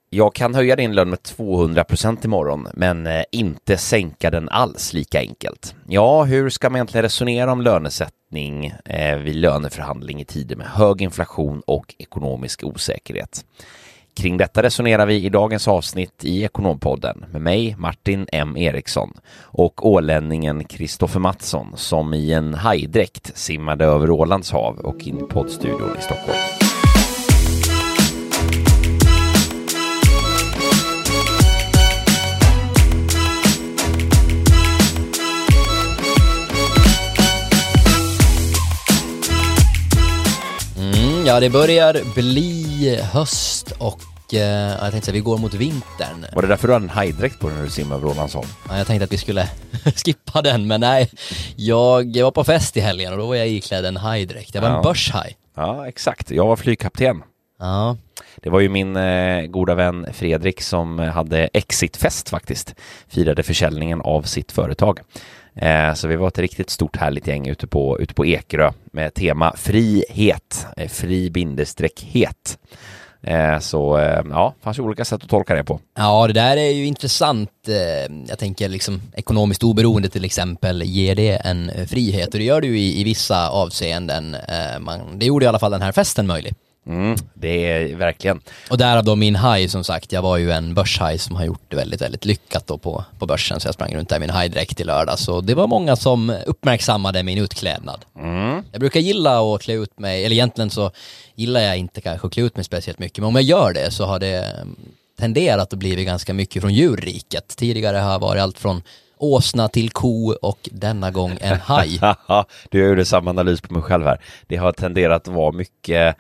Jag kan höja din lön med 200% imorgon, men inte sänka den alls lika enkelt. Ja, hur ska man egentligen resonera om lönesättning vid löneförhandling i tider med hög inflation och ekonomisk osäkerhet? Kring detta resonerar vi i dagens avsnitt i Ekonompodden med mig, Martin M. Eriksson, och ålänningen Kristoffer Mattsson som i en hajdräkt simmade över Ålands hav och in i poddstudion i Stockholm. Ja, det börjar bli höst och jag tänkte säga vi går mot vintern. Var det därför du hade en hajdräkt på när du simmade över Ålands hav? Ja, jag tänkte att vi skulle skippa den, men nej. Jag var på fest i helgen och då var jag iklädd en hajdräkt. Jag var en börshaj. Ja, exakt. Jag var flygkapten. Ja. Det var ju min goda vän Fredrik som hade exitfest faktiskt. Firade försäljningen av sitt företag. Så vi var ett riktigt stort härligt gäng ute på Ekerö med tema frihet, fri-het. Så ja, fanns ju olika sätt att tolka det på. Ja, det där är ju intressant. Jag tänker liksom ekonomiskt oberoende till exempel, ger det en frihet? Och det gör det ju i vissa avseenden. Det gjorde i alla fall den här festen möjlig. Det är verkligen. Och därav då min haj, som sagt, jag var ju en börshaj som har gjort det väldigt, väldigt lyckat då på börsen, så jag sprang runt där i min hajdräkt i lördag, så det var många som uppmärksammade min utklädnad. Jag brukar gilla att klä ut mig, eller egentligen så gillar jag inte kanske att klä ut mig speciellt mycket, men om jag gör det så har det tenderat att bli ganska mycket från djurriket. Tidigare har jag varit allt från åsna till ko och denna gång en haj. Du gjorde samma analys på mig själv här. Det har tenderat att vara mycket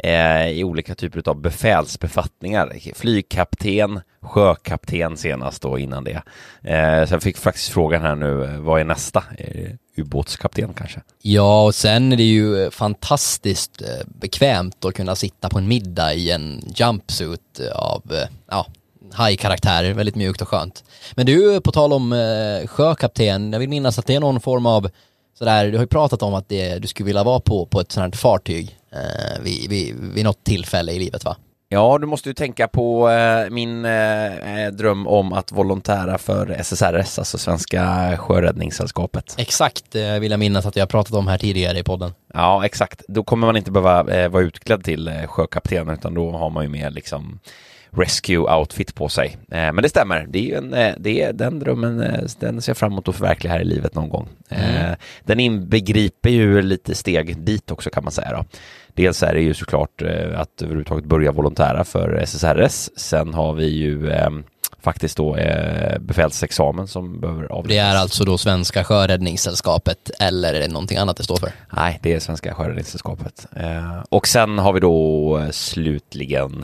i olika typer av befälsbefattningar. Flygkapten, sjökapten senast då innan det. Så jag fick faktiskt frågan här nu, vad är nästa? Ubåtskapten kanske? Ja, och sen är det ju fantastiskt bekvämt att kunna sitta på en middag i en jumpsuit av hajkaraktärer, väldigt mjukt och skönt. Men du, på tal om sjökapten, jag vill minnas att det är någon form av sådär, du har ju pratat om att du skulle vilja vara på ett sådant här fartyg vid något tillfälle i livet, va? Ja, du måste ju tänka på min dröm om att volontära för SSRS, alltså Svenska Sjöräddningssällskapet. Exakt, vill jag minnas att jag har pratat om här tidigare i podden. Ja, exakt. Då kommer man inte behöva vara utklädd till sjökapten, utan då har man ju mer liksom rescue outfit på sig. Men det stämmer. Det är den drömmen, den ser jag fram emot att förverkliga här i livet någon gång. Den inbegriper ju lite steg dit också, kan man säga då. Dels är det ju såklart att överhuvudtaget börja volontära för SSRS. Sen har vi ju faktiskt då befälsexamen som behöver avläggas. Det är alltså då Svenska Sjöräddningssällskapet, eller är det någonting annat det står för? Nej, det är Svenska Sjöräddningssällskapet. Och sen har vi då slutligen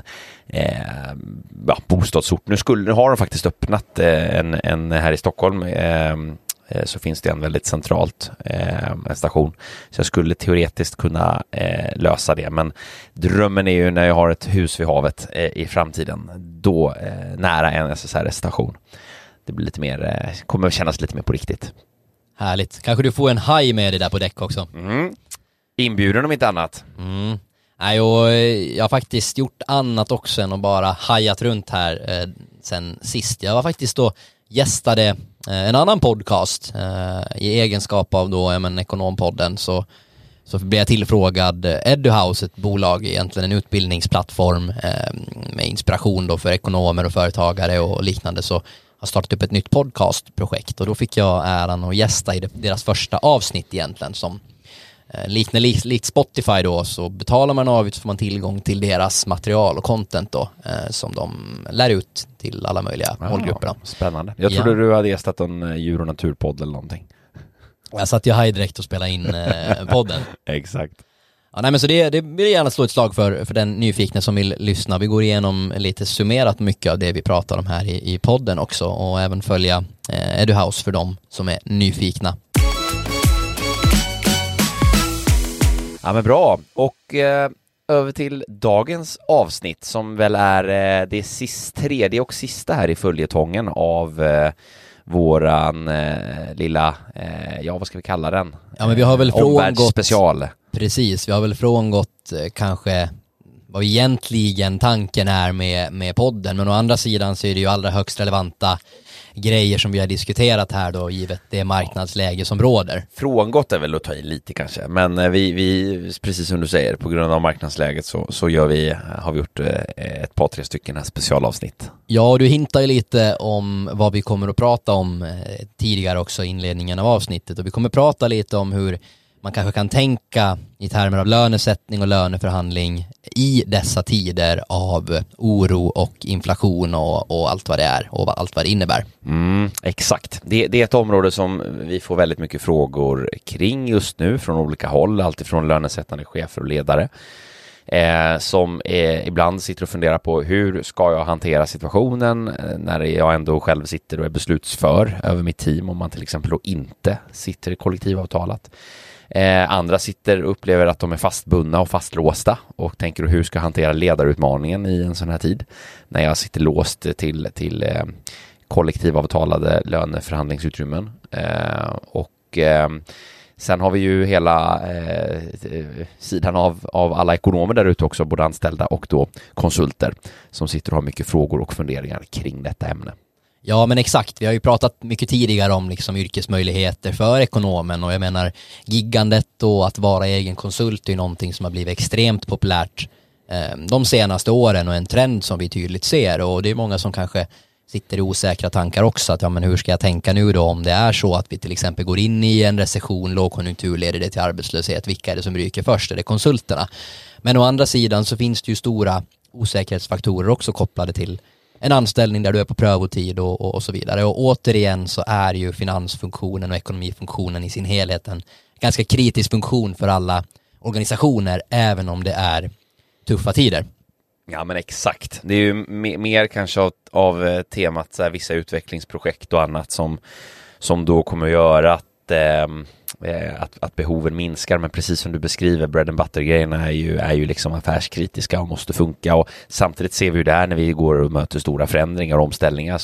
bostadssort. Nu har de faktiskt öppnat en här i Stockholm, så finns det en väldigt centralt en station. Så jag skulle teoretiskt kunna lösa det. Men drömmen är ju när jag har ett hus vid havet i framtiden. Då nära en SSRS-station. Det blir lite mer, kommer att kännas lite mer på riktigt. Härligt. Kanske du får en haj med dig där på däck också. Inbjuden om inte annat. Nej, och jag har faktiskt gjort annat också än att bara hajat runt här sen sist. Jag var faktiskt då gästade en annan podcast i egenskap av då Ekonompodden, så blev jag tillfrågad. Eduhouse, ett bolag, egentligen en utbildningsplattform med inspiration då för ekonomer och företagare och liknande, så har startat upp ett nytt podcastprojekt, och då fick jag äran att gästa i deras första avsnitt egentligen, som likt Spotify då, så betalar man avgift så får man tillgång till deras material och content då, som de lär ut till alla möjliga målgrupper. Spännande. Jag trodde du hade gästat en djur- och naturpodd eller någonting. Jag satt ju hajdräkt och spelade in podden. Exakt. Ja, nej, men så det vill jag gärna slå ett slag för den nyfikna som vill lyssna. Vi går igenom lite summerat mycket av det vi pratar om här i podden också, och även följa Eduhouse för dem som är nyfikna. Ja, men bra. Och över till dagens avsnitt som väl är det tredje och sista här i följetongen av våran lilla, vad ska vi kalla den? Ja, men vi har väl frångått special. Precis, vi har väl frångått kanske vad egentligen tanken är med podden. Men å andra sidan så är det ju allra högst relevanta grejer som vi har diskuterat här då, givet det marknadsläge som råder. Frångått är väl att ta i lite kanske, men vi precis som du säger, på grund av marknadsläget så har vi gjort ett par, 3 stycken här specialavsnitt. Ja, du hintar ju lite om vad vi kommer att prata om tidigare också i inledningen av avsnittet, och vi kommer prata lite om hur man kanske kan tänka i termer av lönesättning och löneförhandling i dessa tider av oro och inflation och allt vad det är och allt vad det innebär. Exakt. Det är ett område som vi får väldigt mycket frågor kring just nu från olika håll, alltifrån lönesättande chefer och ledare som ibland sitter och funderar på hur ska jag hantera situationen när jag ändå själv sitter och är beslutsför över mitt team, om man till exempel då inte sitter i kollektivavtalat. Andra sitter och upplever att de är fastbundna och fastlåsta och tänker hur ska jag hantera ledarutmaningen i en sån här tid när jag sitter låst till kollektivavtalade löneförhandlingsutrymmen. Sen har vi ju hela sidan av alla ekonomer där ute också, både anställda och då konsulter, som sitter och har mycket frågor och funderingar kring detta ämne. Ja, men exakt. Vi har ju pratat mycket tidigare om liksom yrkesmöjligheter för ekonomen, och jag menar giggandet och att vara egen konsult är ju någonting som har blivit extremt populärt de senaste åren, och en trend som vi tydligt ser, och det är många som kanske sitter i osäkra tankar också, att ja, men hur ska jag tänka nu då om det är så att vi till exempel går in i en recession, lågkonjunktur, leder det till arbetslöshet, vilka är det som ryker först? Är det konsulterna? Men å andra sidan så finns det ju stora osäkerhetsfaktorer också kopplade till en anställning där du är på prövotid och så vidare. Och återigen så är ju finansfunktionen och ekonomifunktionen i sin helhet en ganska kritisk funktion för alla organisationer, även om det är tuffa tider. Ja, men exakt. Det är ju mer kanske av temat så här, vissa utvecklingsprojekt och annat som då kommer att göra att behoven minskar, men precis som du beskriver, bread and butter-grejerna är ju liksom affärskritiska och måste funka, och samtidigt ser vi ju där när vi går och möter stora förändringar och omställningar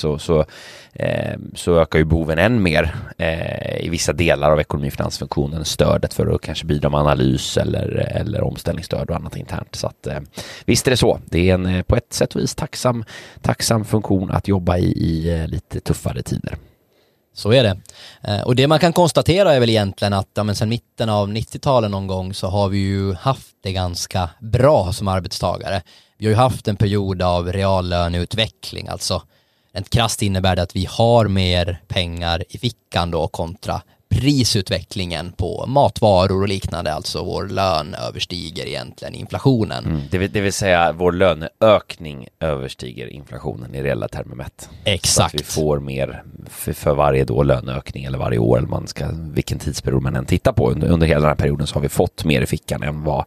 så ökar ju behoven än mer i vissa delar av ekonomi- och finansfunktionen, stödet för att kanske bidra med analys eller omställningsstöd och annat internt. Så att visst är det så. Det är en på ett sätt och vis tacksam funktion att jobba i lite tuffare tider. Så är det. Och det man kan konstatera är väl egentligen att men sedan mitten av 90-talet någon gång så har vi ju haft det ganska bra som arbetstagare. Vi har ju haft en period av reallöneutveckling, alltså rent krasst innebär det att vi har mer pengar i fickan då kontra prisutvecklingen på matvaror och liknande, alltså vår lön överstiger egentligen inflationen. Det vill säga vår löneökning överstiger inflationen i reella termer mätt. Exakt. Så att vi får mer för varje då löneökning eller varje år, eller vilken tidsperiod man än tittar på. Under hela den här perioden så har vi fått mer i fickan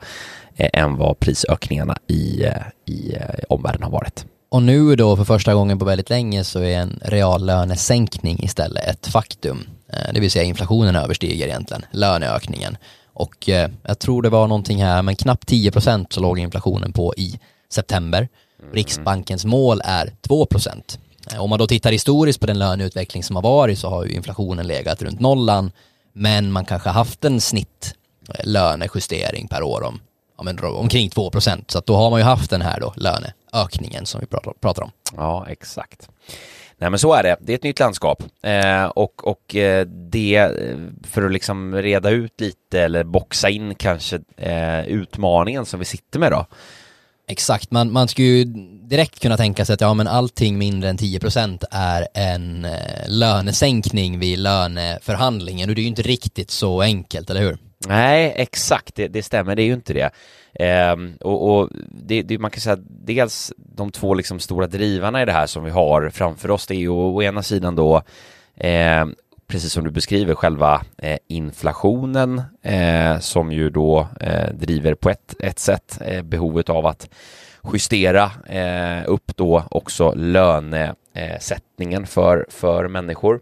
än vad prisökningarna i omvärlden har varit. Och nu då för första gången på väldigt länge så är en reallönesänkning istället ett faktum. Det vill säga inflationen överstiger egentligen löneökningen. Och jag tror det var någonting här, men knappt 10% så låg inflationen på i september. Riksbankens mål är 2%. Om man då tittar historiskt på den löneutveckling som har varit så har ju inflationen legat runt nollan, men man kanske haft en snitt lönejustering per år om omkring 2%. Så att då har man ju haft den här då löneökningen som vi pratar om. Ja, exakt. Nej, men så är det. Det är ett nytt landskap. Och det, för att liksom reda ut lite eller boxa in kanske utmaningen som vi sitter med då. Exakt, man skulle ju direkt kunna tänka sig att men allting mindre än 10% är en lönesänkning vid löneförhandlingen, och det är ju inte riktigt så enkelt, eller hur? Nej, exakt, det stämmer, det är ju inte det. Och det man kan säga dels de två liksom stora drivarna i det här som vi har framför oss, det är ju å ena sidan då precis som du beskriver själva inflationen som ju då driver på ett sätt behovet av att justera upp då också lönesättningen för människor.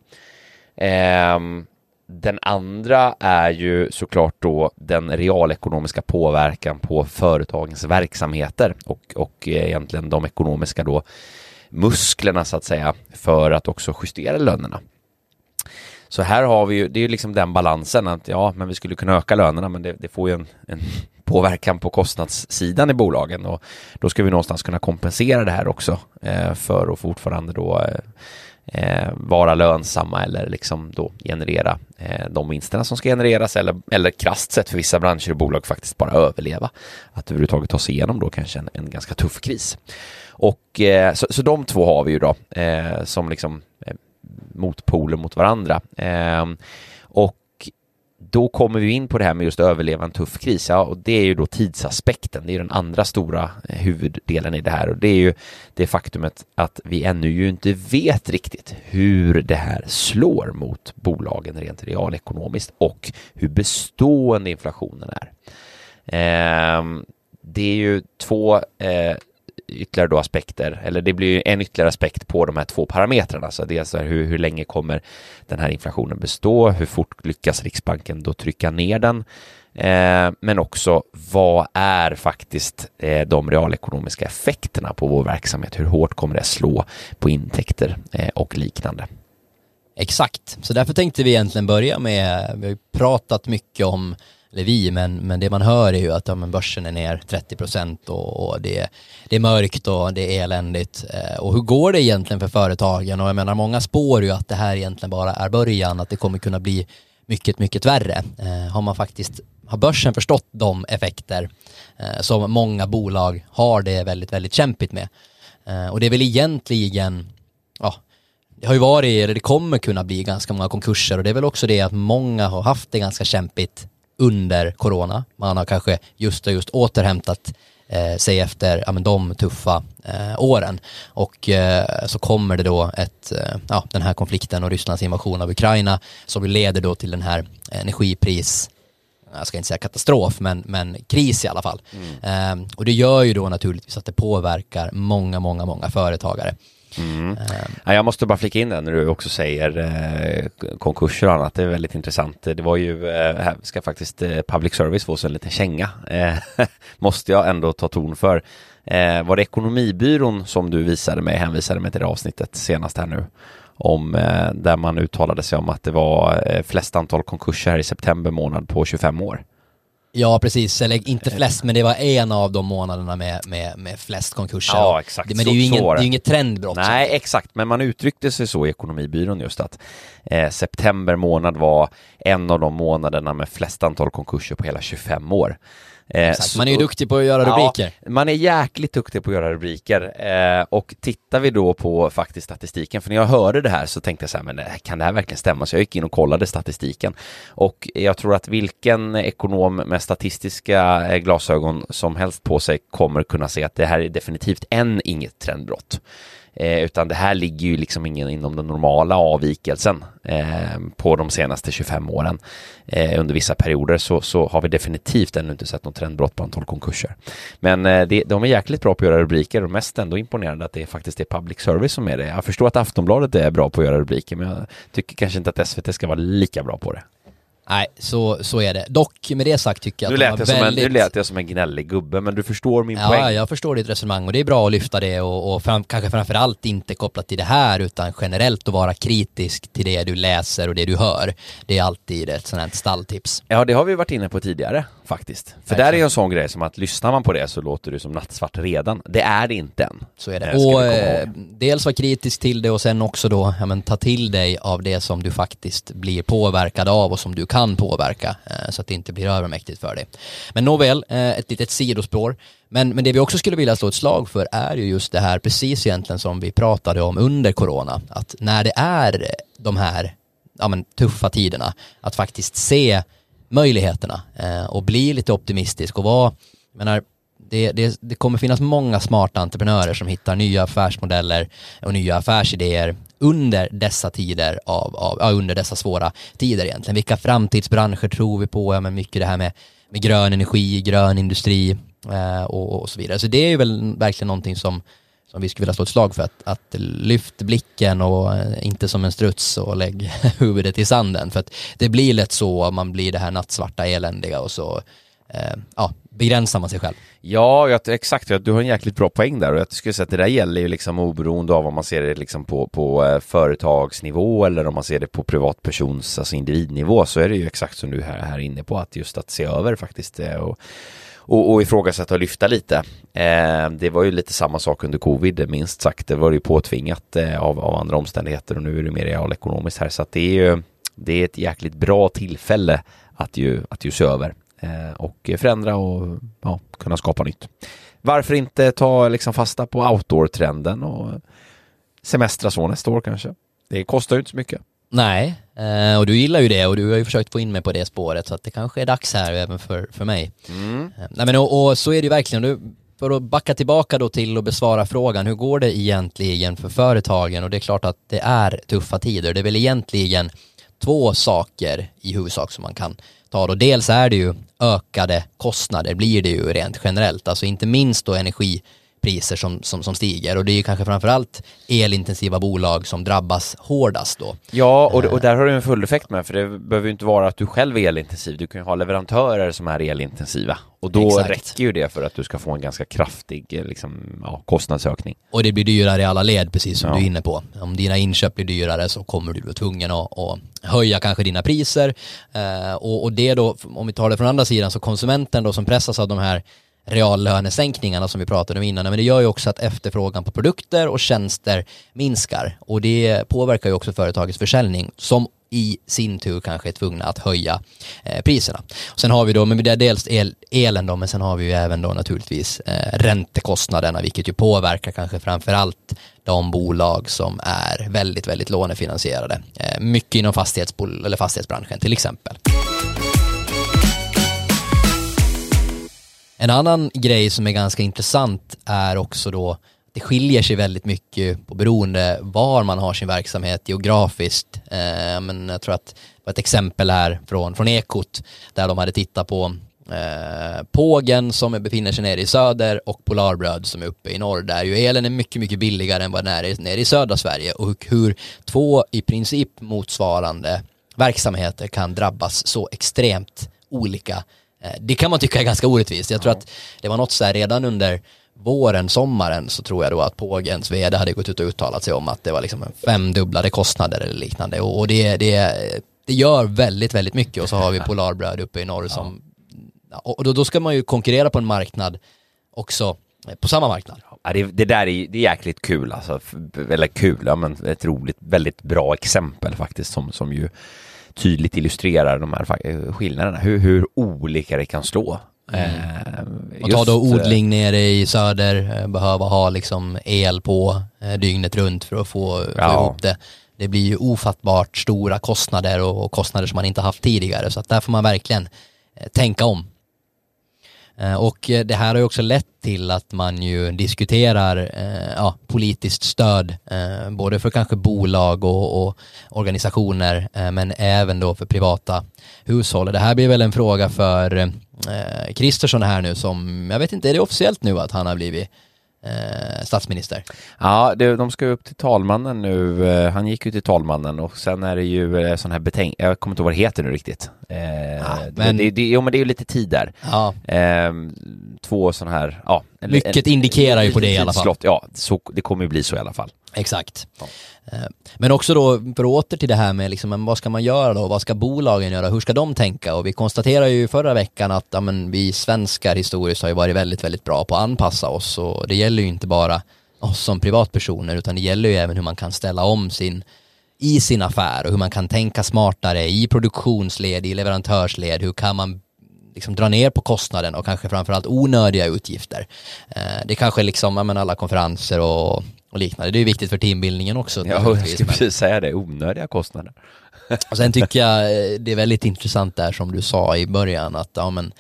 Den andra är ju såklart då den realekonomiska påverkan på företagens verksamheter och egentligen de ekonomiska då musklerna så att säga för att också justera lönerna. Så här har vi ju, det är ju liksom den balansen att ja, men vi skulle kunna öka lönerna, men det får ju en påverkan på kostnadssidan i bolagen, och då ska vi någonstans kunna kompensera det här också för att fortfarande då vara lönsamma eller liksom då generera de vinsterna som ska genereras, eller krasst sett för vissa branscher och bolag faktiskt bara överleva, att överhuvudtaget ta sig igenom då kanske en ganska tuff kris. Och så de två har vi ju då som liksom motpoler mot varandra. Och då kommer vi in på det här med just överleva en tuff kris. Ja, och det är ju då tidsaspekten. Det är ju den andra stora huvuddelen i det här. Och det är ju det faktumet att vi ännu ju inte vet riktigt hur det här slår mot bolagen rent realekonomiskt och hur bestående inflationen är. Det är ju två ytterligare då aspekter, eller det blir en ytterligare aspekt på de här två parametrarna. Så det är så här, hur länge kommer den här inflationen bestå, hur fort lyckas Riksbanken då trycka ner den, men också vad är faktiskt de realekonomiska effekterna på vår verksamhet, hur hårt kommer det slå på intäkter och liknande. Exakt, så därför tänkte vi egentligen börja med, vi har ju pratat mycket om, eller men det man hör är ju att börsen är ner 30% och det är mörkt och det är eländigt. Och hur går det egentligen för företagen? Och jag menar, många spår ju att det här egentligen bara är början, att det kommer kunna bli mycket, mycket värre. Har börsen förstått de effekter som många bolag har det väldigt, väldigt kämpigt med? Och det är väl egentligen, det har ju varit, eller det kommer kunna bli ganska många konkurser, och det är väl också det att många har haft det ganska kämpigt under corona. Man har kanske just återhämtat sig efter de tuffa åren, och så kommer det då den här konflikten och Rysslands invasion av Ukraina som leder då till den här energipris, jag ska inte säga katastrof, men kris i alla fall. Och det gör ju då naturligtvis att det påverkar många företagare. Jag måste bara flika in det när du också säger konkurser och annat. Det är väldigt intressant. Det var ju, här ska faktiskt public service få sig en liten känga. Måste jag ändå ta ton för. Var det Ekonomibyrån som du hänvisade mig till det avsnittet senast här nu? Om där man uttalade sig om att det var flest antal konkurser här i september månad på 25 år. Ja, precis. Eller inte flest, men det var en av de månaderna med flest konkurser. Ja, exakt. Men det är ju inget trendbrott. Nej, exakt. Men man uttryckte sig så i Ekonomibyrån just att september månad var en av de månaderna med flest antal konkurser på hela 25 år. Man är ju duktig på att göra rubriker. Ja, man är jäkligt duktig på att göra rubriker. Och tittar vi då på faktiskt statistiken, för när jag hörde det här så tänkte jag så här, men kan det här verkligen stämma? Så jag gick in och kollade statistiken. Och jag tror att vilken ekonom med statistiska glasögon som helst på sig kommer kunna se att det här är definitivt inget trendbrott. Utan det här ligger ju liksom inom den normala avvikelsen på de senaste 25 åren. Under vissa perioder så har vi definitivt ännu inte sett något trendbrott på antal konkurser. Men de är jäkligt bra på att göra rubriker, och mest ändå imponerande att det faktiskt är public service som är det. Jag förstår att Aftonbladet är bra på att göra rubriker, men jag tycker kanske inte att SVT ska vara lika bra på det. Nej, så är det. Dock med det sagt tycker jag att nu lät jag som en gnällig gubbe, men du förstår min poäng. Ja, jag förstår ditt resonemang, och det är bra att lyfta det och kanske framförallt inte kopplat till det här, utan generellt att vara kritisk till det du läser och det du hör. Det är alltid ett sånt här stalltips. Ja, det har vi varit inne på tidigare faktiskt. För där är ju en sån grej som att lyssnar man på det så låter det som nattsvart redan. Det är det inte än. Så är det. Och dels vara kritisk till det, och sen också då ta till dig av det som du faktiskt blir påverkad av och som du kan påverka, så att det inte blir övermäktigt för dig. Men nåväl, ett litet sidospår. Men det vi också skulle vilja slå ett slag för är ju just det här, precis egentligen som vi pratade om under corona, att när det är de här tuffa tiderna, att faktiskt se möjligheterna och bli lite optimistisk och det kommer finnas många smarta entreprenörer som hittar nya affärsmodeller och nya affärsidéer under dessa tider under dessa svåra tider egentligen. Vilka framtidsbranscher tror vi på? Men mycket det här med grön energi, grön industri och så vidare. Så det är ju väl verkligen någonting som vi skulle vilja slå ett slag för, att lyft blicken och inte som en struts och lägg huvudet i sanden, för att det blir lätt så, man blir det här nattsvarta eländiga och så begränsar man sig själv. Ja, exakt. Du har en jäkligt bra poäng där och jag skulle säga att det där gäller ju liksom oberoende av om man ser det liksom på företagsnivå eller om man ser det på privatpersons, alltså individnivå, så är det ju exakt som du här inne på, att just att se över faktiskt och ifrågasätta och lyfta lite. Det var ju lite samma sak under covid, minst sagt. Det var ju påtvingat av andra omständigheter och nu är det mer realekonomiskt här, så att det är ett jäkligt bra tillfälle att se över och förändra och kunna skapa nytt. Varför inte ta liksom fasta på outdoor-trenden och semestra så nästa år kanske? Det kostar ju inte så mycket. Nej, och du gillar ju det och du har ju försökt få in mig på det spåret, så att det kanske är dags här även för mig. Nej, men och så är det ju verkligen. För att backa tillbaka då till att besvara frågan, hur går det egentligen för företagen? Och det är klart att det är tuffa tider. Det är väl egentligen 2 saker i huvudsak som man kan ta då. Dels är det ju ökade kostnader, blir det ju rent generellt. Alltså inte minst då energipriser som stiger, och det är ju kanske framförallt elintensiva bolag som drabbas hårdast då. Ja, och där har du en full effekt med, för det behöver ju inte vara att du själv är elintensiv. Du kan ju ha leverantörer som är elintensiva och då räcker ju det för att du ska få en ganska kraftig kostnadsökning. Och det blir dyrare i alla led, precis som du är inne på. Om dina inköp blir dyrare så kommer du vara tvungen att höja kanske dina priser, och det då, om vi tar det från andra sidan, så konsumenten då som pressas av de här reallönesänkningarna som vi pratade om innan, men det gör ju också att efterfrågan på produkter och tjänster minskar, och det påverkar ju också företagets försäljning, som i sin tur kanske är tvungna att höja priserna. Och sen har vi då, men det är dels elen då, men sen har vi ju även då naturligtvis räntekostnaderna, vilket ju påverkar kanske framförallt de bolag som är väldigt, väldigt lånefinansierade. Mycket inom fastighetsbranschen till exempel. En annan grej som är ganska intressant är också då, det skiljer sig väldigt mycket på beroende var man har sin verksamhet geografiskt. Men jag tror att det var ett exempel här från Ekot, där de hade tittat på Pågen som befinner sig nere i söder och Polarbröd som är uppe i norr, där ju elen är mycket, mycket billigare än vad den är nere i södra Sverige, och hur 2 i princip motsvarande verksamheter kan drabbas så extremt olika. Det kan man tycka är ganska orättvist. Jag tror att det var något så här redan under våren, sommaren, så tror jag då att Pågens vd hade gått ut och uttalat sig om att det var liksom 5-dubblade kostnader eller liknande, och det gör väldigt, väldigt mycket. Och så har vi Polarbröd uppe i norr som, och då ska man ju konkurrera på en marknad också, på samma marknad. Ja, det där är jäkligt kul alltså, eller kul, men ett roligt, väldigt bra exempel faktiskt som ju tydligt illustrerar de här skillnaderna, hur olika det kan slå. Och ta då odling nere i söder, behöva ha liksom el på dygnet runt för att få ihop det. Det blir ju ofattbart stora kostnader, och kostnader som man inte haft tidigare, så att där får man verkligen tänka om. Och det här har ju också lett till att man ju diskuterar politiskt stöd, både för kanske bolag och organisationer, men även då för privata hushåll. Det här blir väl en fråga för Kristersson här nu, som, jag vet inte, är det officiellt nu att han har blivit statsminister? Ja, de ska upp till talmannen nu. Han gick ju till talmannen, och sen är det ju sån här jag kommer inte ihåg vad det heter nu riktigt. Men det är ju lite tid där. Ja. 2 sån här, mycket indikerar ju på det i alla fall. Slott, ja, så det kommer ju bli så i alla fall. Exakt. Ja. Men också då, för åter till det här med liksom, vad ska man göra då? Vad ska bolagen göra? Hur ska de tänka? Och vi konstaterar ju förra veckan att vi svenskar historiskt har ju varit väldigt, väldigt bra på att anpassa oss, och det gäller ju inte bara oss som privatpersoner, utan det gäller ju även hur man kan ställa om i sin affär, och hur man kan tänka smartare i produktionsled, i leverantörsled. Hur kan man liksom dra ner på kostnaden och kanske framförallt onödiga utgifter. Det kanske liksom, alla konferenser och liknande. Det är viktigt för teambildningen också. Ja, jag skulle precis säga det, onödiga kostnader. Och sen tycker jag det är väldigt intressant där som du sa i början, att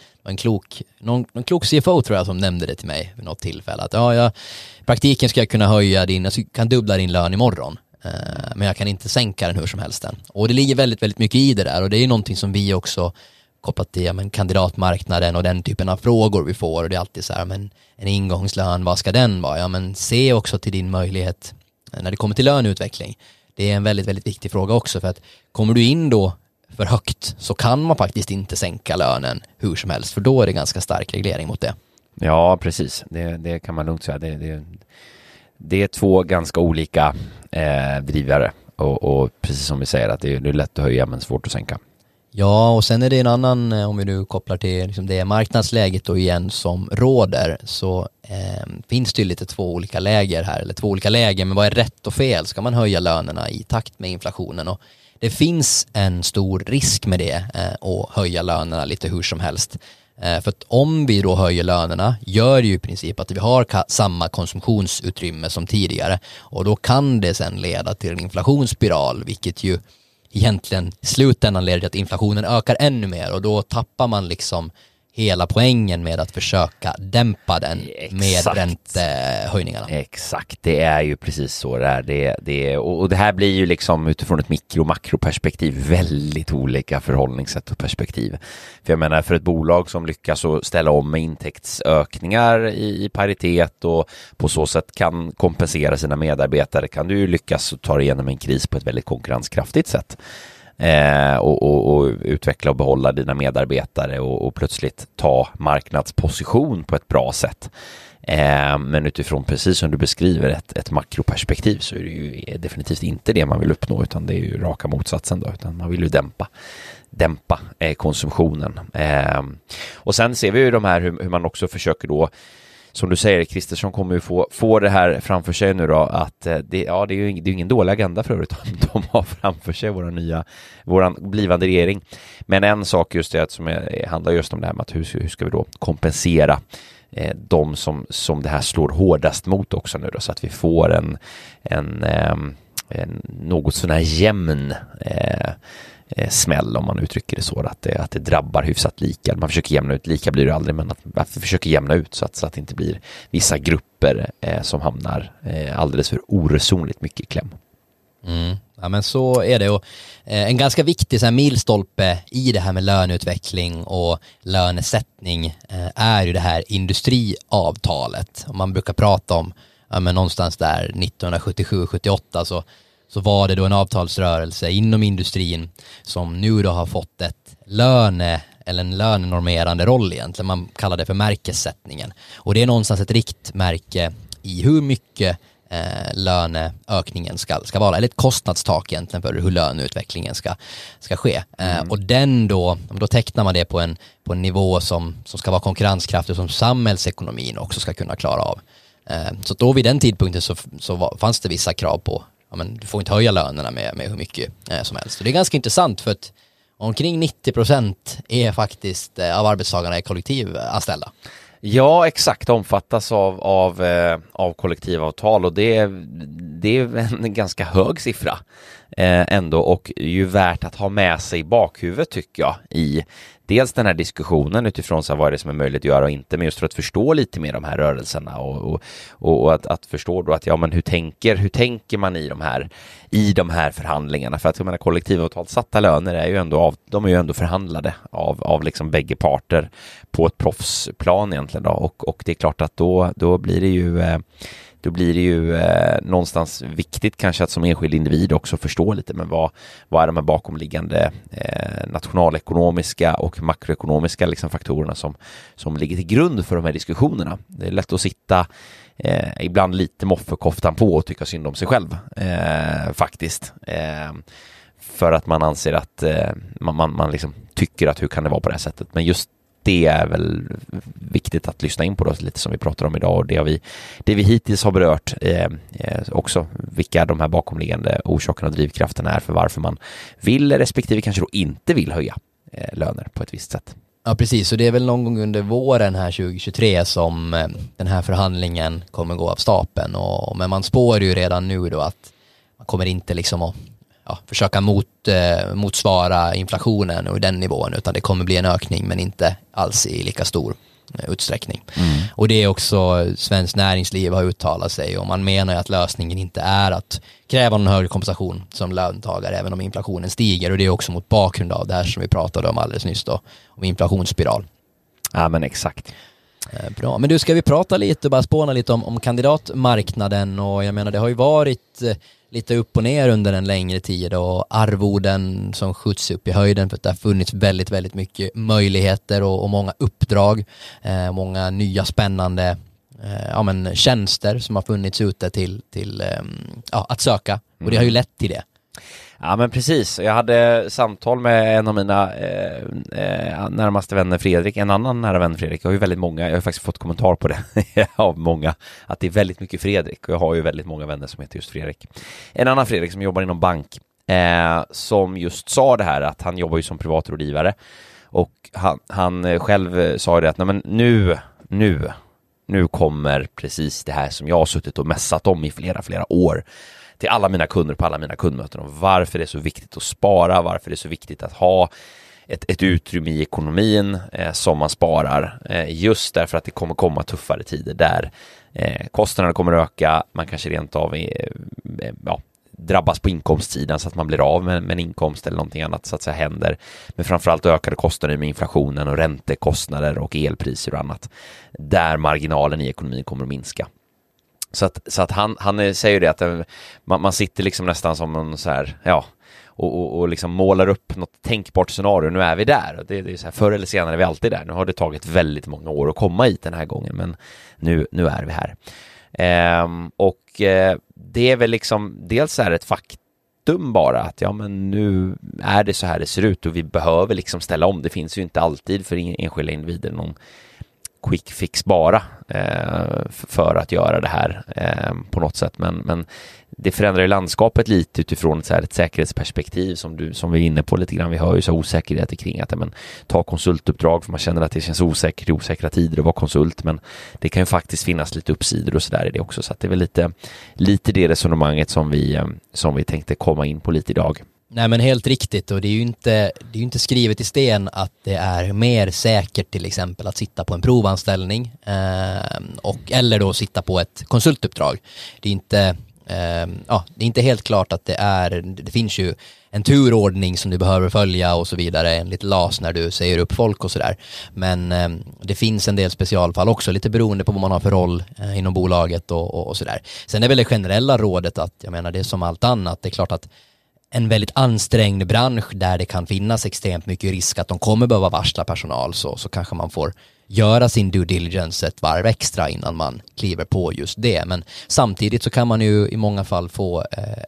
någon klok CFO tror jag som nämnde det till mig vid något tillfälle, att praktiken ska jag kunna höja jag kan dubbla din lön imorgon. Men jag kan inte sänka den hur som helst än. Och det ligger väldigt, väldigt mycket i det där, och det är någonting som vi också kopplat till kandidatmarknaden och den typen av frågor vi får, och det är alltid så här, men en ingångslön, vad ska den vara? Ja, men se också till din möjlighet när det kommer till löneutveckling. Det är en väldigt, väldigt viktig fråga också, för att kommer du in då för högt så kan man faktiskt inte sänka lönen hur som helst, för då är det ganska stark reglering mot det. Ja, precis. Det kan man lugnt säga. Det är två ganska olika drivare och precis som vi säger att det är lätt att höja men svårt att sänka. Ja, och sen är det en annan, om vi nu kopplar till liksom det marknadsläget då igen som råder, så finns det ju lite två olika läger här, eller två olika läger, men vad är rätt och fel? Ska man höja lönerna i takt med inflationen? Och det finns en stor risk med det, att höja lönerna lite hur som helst. För att om vi då höjer lönerna gör det ju i princip att vi har samma konsumtionsutrymme som tidigare, och då kan det sen leda till en inflationsspiral, vilket ju egentligen i slutändan leder till att inflationen ökar ännu mer, och då tappar man liksom hela poängen med att försöka dämpa den med räntehöjningarna. Exakt, det är ju precis så det är. Och det här blir ju liksom utifrån ett mikro- och makroperspektiv väldigt olika förhållningssätt och perspektiv. För jag menar, för ett bolag som lyckas att ställa om med intäktsökningar i paritet och på så sätt kan kompensera sina medarbetare, kan du ju lyckas ta dig igenom en kris på ett väldigt konkurrenskraftigt sätt. Och utveckla och behålla dina medarbetare och plötsligt ta marknadsposition på ett bra sätt. Men utifrån, precis som du beskriver, ett makroperspektiv, så är det ju definitivt inte det man vill uppnå, utan det är ju raka motsatsen då, utan man vill ju dämpa konsumtionen. Och sen ser vi ju de här hur man också försöker då, som du säger, Kristersson kommer ju få det här framför sig nu då, att det är ju ingen dålig agenda för övrigt de har framför sig, våran blivande regering. Men en sak just det som handlar just om det här med att hur ska vi då kompensera de som det här slår hårdast mot också nu då, så att vi får en något sån här jämn smäll, om man uttrycker det så, att det drabbar hyfsat lika. Man försöker jämna ut, lika blir det aldrig, men att vi försöker jämna ut så att det inte blir vissa grupper som hamnar alldeles för oresonligt mycket i kläm. Ja, men så är det. Och en ganska viktig så här milstolpe i det här med löneutveckling och lönesättning är ju det här industriavtalet. Och man brukar prata om men någonstans där 1977-78 så var det då en avtalsrörelse inom industrin som nu då har fått en lönenormerande roll egentligen. Man kallar det för märkessättningen. Och det är någonstans ett riktmärke i hur mycket löneökningen ska vara, eller ett kostnadstak egentligen för hur löneutvecklingen ska ske. Och den då tecknar man det på en nivå som ska vara konkurrenskraftig och som samhällsekonomin också ska kunna klara av. Så då vid den tidpunkten så fanns det vissa krav på men du får inte höja lönerna med hur mycket som helst. Och det är ganska intressant för att omkring 90% är faktiskt av arbetstagarna är kollektivanställda. Ja, exakt, omfattas av kollektivavtal, och det är en ganska hög siffra ändå, och ju värt att ha med sig i bakhuvudet tycker jag, i dels den här diskussionen utifrån så här, vad är det som är möjligt att göra och inte, men just för att förstå lite mer de här rörelserna och att förstå då att men hur tänker man i de här förhandlingarna, för att jag menar, kollektivavtalssatta löner är ju ändå de är ju ändå förhandlade av liksom bägge parter på ett proffsplan egentligen då, och det är klart att då blir det ju någonstans viktigt kanske att som enskild individ också förstå lite, men vad är de här bakomliggande nationalekonomiska och makroekonomiska liksom faktorerna som ligger till grund för de här diskussionerna. Det är lätt att sitta ibland lite mofferkoftan på och tycka synd om sig själv faktiskt. För att man anser att man liksom tycker att hur kan det vara på det här sättet, men just det är väl viktigt att lyssna in på då, lite som vi pratar om idag, och det vi hittills har berört också, vilka de här bakomliggande orsakerna och drivkrafterna är för varför man vill respektive kanske då inte vill höja löner på ett visst sätt. Ja, precis, och det är väl någon gång under våren här 2023 som den här förhandlingen kommer gå av stapeln, men man spår ju redan nu då att man kommer inte liksom att försöka motsvara inflationen och den nivån, utan det kommer bli en ökning men inte alls i lika stor utsträckning. Och det är också Svenskt Näringsliv har uttalat sig, och man menar att lösningen inte är att kräva någon högre kompensation som löntagare även om inflationen stiger, och det är också mot bakgrund av det här som vi pratade om alldeles nyss då, om inflationsspiral. Ja, men exakt. Bra, men du, ska vi prata lite och bara spåna lite om kandidatmarknaden, och jag menar det har ju varit lite upp och ner under en längre tid och arvoden som skjuts upp i höjden för att det har funnits väldigt, väldigt mycket möjligheter och många uppdrag, många nya spännande tjänster som har funnits ute till att söka, och det har ju lett till det. Ja, men precis. Jag hade samtal med en av mina närmaste vänner, Fredrik. En annan nära vän, Fredrik. Jag har ju väldigt många, jag har faktiskt fått kommentar på det av många, att det är väldigt mycket Fredrik. Och jag har ju väldigt många vänner som heter just Fredrik. En annan Fredrik som jobbar inom bank, som just sa det här, att han jobbar ju som privatrådgivare. Och han själv sa det att nej, men nu kommer precis det här som jag har suttit och mässat om i flera år till alla mina kunder på alla mina kundmöten, om varför det är så viktigt att spara, varför det är så viktigt att ha ett utrymme i ekonomin som man sparar, just därför att det kommer komma tuffare tider där kostnaderna kommer öka, man kanske rent av drabbas på inkomstsidan så att man blir av med en inkomst eller någonting annat så att säga händer, men framförallt ökade kostnader med inflationen och räntekostnader och elpriser och annat, där marginalen i ekonomin kommer att minska. Så att han säger det att man sitter liksom nästan som en så här, och liksom målar upp något tänkbart scenario. Nu är vi där. Det är så här, förr eller senare är vi alltid där. Nu har det tagit väldigt många år att komma hit den här gången, men nu är vi här. Det är väl liksom dels är ett faktum bara att men nu är det så här det ser ut och vi behöver liksom ställa om. Det finns ju inte alltid för enskilda individer någon quick fix bara för att göra det här på något sätt, men det förändrar ju landskapet lite utifrån ett säkerhetsperspektiv som vi är inne på lite grann. Vi har ju så osäkerheter kring att ta konsultuppdrag för man känner att det känns osäkert i osäkra tider att vara konsult, men det kan ju faktiskt finnas lite uppsidor och sådär i det också, så att det är väl lite det resonemanget som vi tänkte komma in på lite idag. Nej, men helt riktigt, och det är ju inte skrivet i sten att det är mer säkert till exempel att sitta på en provanställning eller då sitta på ett konsultuppdrag. Det är inte helt klart att det finns ju en turordning som du behöver följa och så vidare, enligt LAS när du säger upp folk och sådär. Men det finns en del specialfall också, lite beroende på vad man har för roll inom bolaget och sådär. Sen är väl det generella rådet att, jag menar, det är som allt annat, det är klart att en väldigt ansträngd bransch där det kan finnas extremt mycket risk att de kommer behöva varsla personal, så kanske man får göra sin due diligence ett varv extra innan man kliver på just det. Men samtidigt så kan man ju i många fall få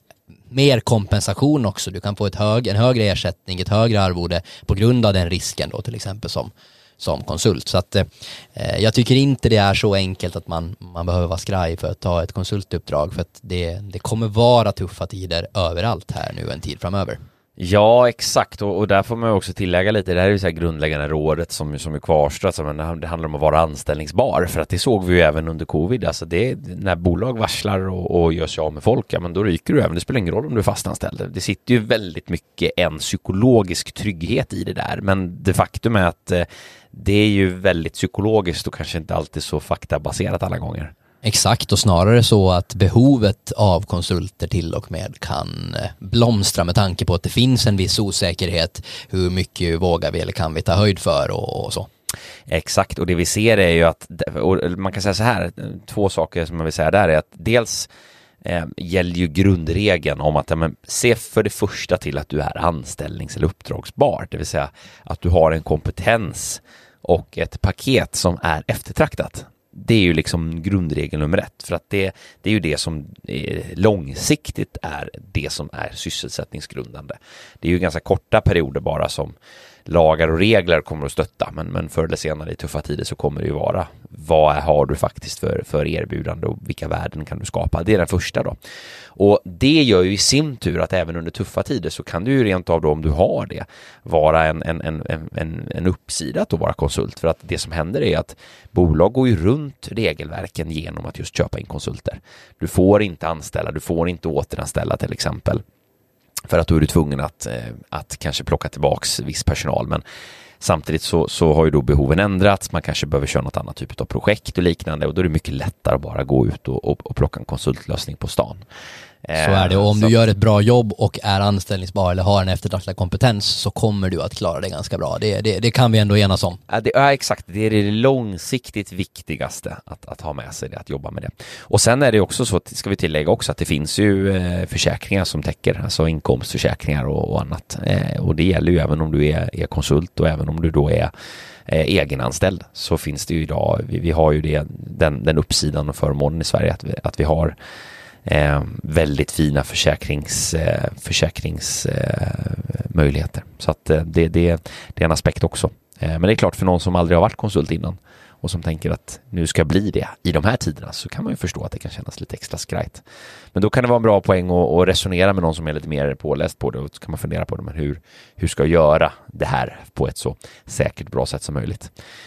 mer kompensation också. Du kan få en högre ersättning, ett högre arvode på grund av den risken då, till exempel som konsult. Så att jag tycker inte det är så enkelt att man behöver vara skraj för att ta ett konsultuppdrag, för att det kommer vara tuffa tider överallt här nu en tid framöver. Ja, exakt, och där får man också tillägga lite, det här är ju så här grundläggande rådet som är kvarstår, alltså, men det handlar om att vara anställningsbar, för att det såg vi ju även under covid, alltså när bolag varslar och gör sig av med folk, men då ryker du även, det spelar ingen roll om du är fastanställd. Det sitter ju väldigt mycket en psykologisk trygghet i det där, men det faktum är att det är ju väldigt psykologiskt och kanske inte alltid så faktabaserat alla gånger. Exakt, och snarare så att behovet av konsulter till och med kan blomstra med tanke på att det finns en viss osäkerhet. Hur mycket vågar vi eller kan vi ta höjd för och så. Exakt, och det vi ser är ju att, och man kan säga så här, två saker som man vill säga där är att dels gäller ju grundregeln om att se för det första till att du är anställnings- eller uppdragsbar, det vill säga att du har en kompetens och ett paket som är eftertraktat. Det är ju liksom grundregel nummer 1, för att det är ju det som långsiktigt är det som är sysselsättningsgrundande. Det är ju ganska korta perioder bara som lagar och regler kommer att stötta, men förr eller senare i tuffa tider så kommer det ju vara vad har du faktiskt för erbjudande och vilka värden kan du skapa. Det är den första då. Och det gör ju i sin tur att även under tuffa tider så kan du ju rent av då, om du har det, vara en uppsida att vara konsult, för att det som händer är att bolag går ju runt regelverken genom att just köpa in konsulter. Du får inte anställa, du får inte återanställa till exempel, för att då är du tvungen att kanske plocka tillbaks viss personal, men samtidigt så har ju då behoven ändrats, man kanske behöver köra något annat typ av projekt och liknande, och då är det mycket lättare att bara gå ut och plocka en konsultlösning på stan. Så är det, och om du gör ett bra jobb och är anställningsbar eller har en eftertraktad kompetens så kommer du att klara det ganska bra. Det kan vi ändå enas om. Ja, exakt. Det är det långsiktigt viktigaste att ha med sig, det, att jobba med det. Och sen är det också så, ska vi tillägga också, att det finns ju försäkringar som täcker, alltså inkomstförsäkringar och annat. Och det gäller ju även om du är konsult och även om du då är egenanställd, så finns det ju idag, vi har ju den uppsidan och förmånen i Sverige att vi har väldigt fina försäkringsmöjligheter. Så att det är en aspekt också. Men det är klart, för någon som aldrig har varit konsult innan och som tänker att nu ska jag bli det i de här tiderna, så kan man ju förstå att det kan kännas lite extra skrajt. Men då kan det vara en bra poäng att resonera med någon som är lite mer påläst på det, och så kan man fundera på det, men hur ska jag göra det här på ett så säkert bra sätt som möjligt.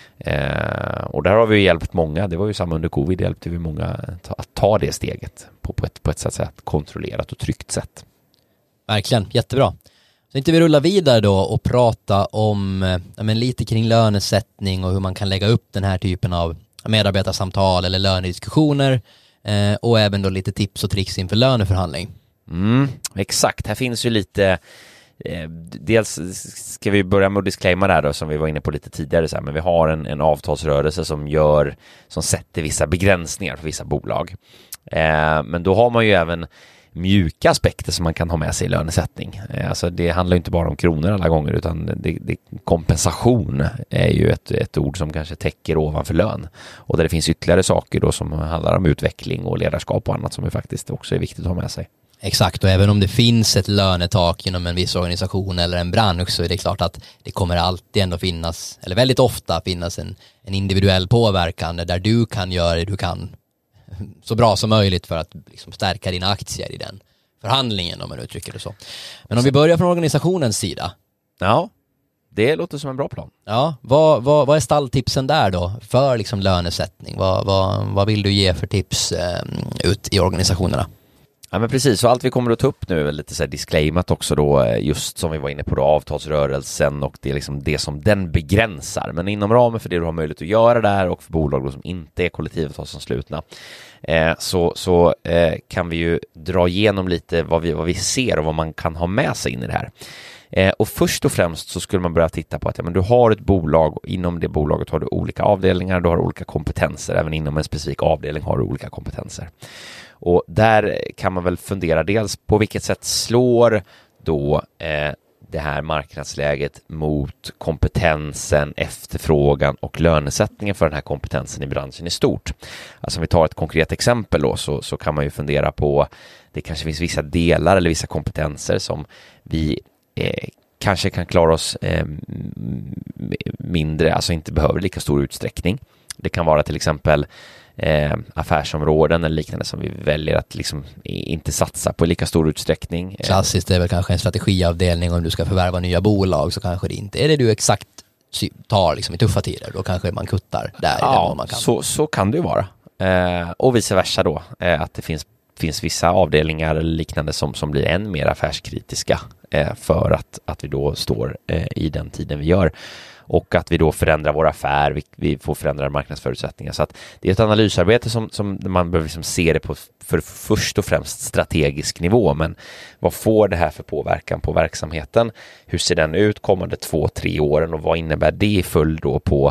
Och där har vi ju hjälpt många. Det var ju samma under covid, hjälpte vi många att ta det steget på ett sätt kontrollerat och tryggt sätt. Verkligen, jättebra. Så inte vi rullar vidare då och prata om lite kring lönesättning och hur man kan lägga upp den här typen av medarbetarsamtal eller lönediskussioner, och även då lite tips och tricks inför löneförhandling. Exakt, här finns ju lite. Dels ska vi börja med att disclaima där då, som vi var inne på lite tidigare, så här, men vi har en avtalsrörelse som sätter vissa begränsningar för vissa bolag. Men då har man ju även mjuka aspekter som man kan ha med sig i lönesättning. Alltså det handlar ju inte bara om kronor alla gånger, utan kompensation är ju ett ord som kanske täcker ovanför lön. Och där det finns ytterligare saker då som handlar om utveckling och ledarskap och annat som ju faktiskt också är viktigt att ha med sig. Exakt, och även om det finns ett lönetak inom en viss organisation eller en bransch, så är det klart att det kommer alltid ändå finnas, eller väldigt ofta finnas en individuell påverkan där du kan göra det du kan så bra som möjligt för att liksom stärka dina aktier i den förhandlingen, om man uttrycker det så. Men om vi börjar från organisationens sida. Ja, det låter som en bra plan. Ja, vad är stalltipsen där då för liksom lönesättning? Vad vill du ge för tips ut i organisationerna? Ja, men precis, så allt vi kommer att ta upp nu är lite så här disclaimat också då, just som vi var inne på då, avtalsrörelsen och det är liksom det som den begränsar. Men inom ramen för det du har möjlighet att göra där och för bolag då som inte är kollektivavtalsanslutna, så kan vi ju dra igenom lite vad vi ser och vad man kan ha med sig in i det här. Och först och främst så skulle man börja titta på att men du har ett bolag, och inom det bolaget har du olika avdelningar, du har olika kompetenser, även inom en specifik avdelning har du olika kompetenser. Och där kan man väl fundera dels på vilket sätt slår då det här marknadsläget mot kompetensen, efterfrågan och lönesättningen för den här kompetensen i branschen i stort. Alltså om vi tar ett konkret exempel då, så kan man ju fundera på, det kanske finns vissa delar eller vissa kompetenser som vi kanske kan klara oss mindre, alltså inte behöver lika stor utsträckning. Det kan vara till exempel affärsområden eller liknande som vi väljer att liksom inte satsa på i lika stor utsträckning. Klassiskt är väl kanske en strategiavdelning om du ska förvärva nya bolag, så kanske det inte är det du exakt tar liksom i tuffa tider, då kanske man kuttar där. Ja, man kan. Så kan det ju vara. Och vice versa då, att det finns vissa avdelningar eller liknande som blir än mer affärskritiska för att vi då står i den tiden vi gör. Och att vi då förändrar vår affär, vi får förändra marknadsförutsättningar. Så att det är ett analysarbete som man behöver liksom se det på för först och främst strategisk nivå. Men vad får det här för påverkan på verksamheten? Hur ser den ut kommande 2-3 åren och vad innebär det i följd då på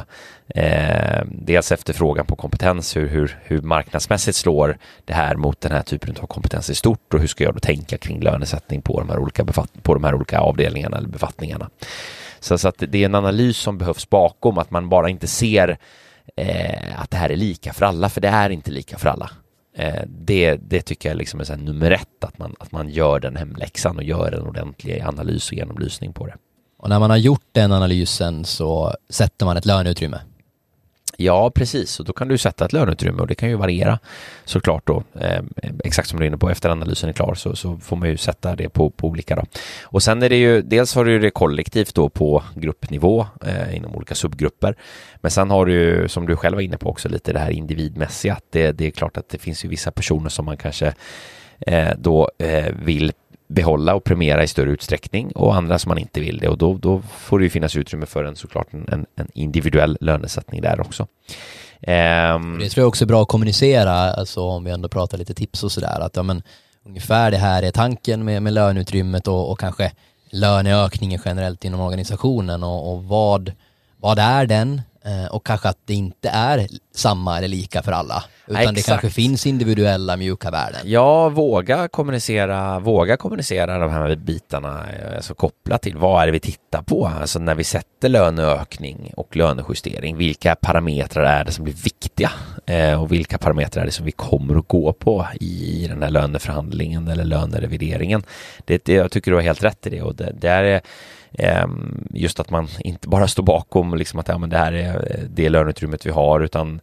dels efterfrågan på kompetens, hur marknadsmässigt slår det här mot den här typen av kompetens i stort, och hur ska jag då tänka kring lönesättning på de här olika avdelningarna eller befattningarna. Så att det är en analys som behövs bakom, att man bara inte ser att det här är lika för alla, för det är inte lika för alla. Det tycker jag liksom är så här nummer 1, att man gör den hemläxan och gör en ordentlig analys och genomlysning på det. Och när man har gjort den analysen så sätter man ett löneutrymme. Ja, precis. Och då kan du sätta ett löneutrymme, och det kan ju variera såklart då. Exakt som du är inne på, efter analysen är klar så får man ju sätta det på olika då. Och sen är det ju, dels har du det kollektivt då på gruppnivå inom olika subgrupper. Men sen har du ju, som du själv var inne på också, lite det här individmässiga. Att det är klart att det finns ju vissa personer som man kanske då vill behålla och premiera i större utsträckning, och andra som man inte vill det, och då får det ju finnas utrymme för såklart en individuell lönesättning där också. Det tror jag också är bra att kommunicera, alltså om vi ändå pratar lite tips och sådär, att ungefär det här är tanken med löneutrymmet och kanske löneökningen generellt inom organisationen och vad är den? Och kanske att det inte är samma eller lika för alla. Utan det kanske finns individuella mjuka värden. Ja, våga kommunicera de här bitarna, alltså kopplat till vad är det vi tittar på. Alltså när vi sätter löneökning och lönejustering, vilka parametrar är det som blir viktiga och vilka parametrar är det som vi kommer att gå på i den här löneförhandlingen eller lönerevideringen. Jag tycker du har helt rätt i det, och det är just att man inte bara står bakom liksom att men det här är det löneutrymmet vi har, utan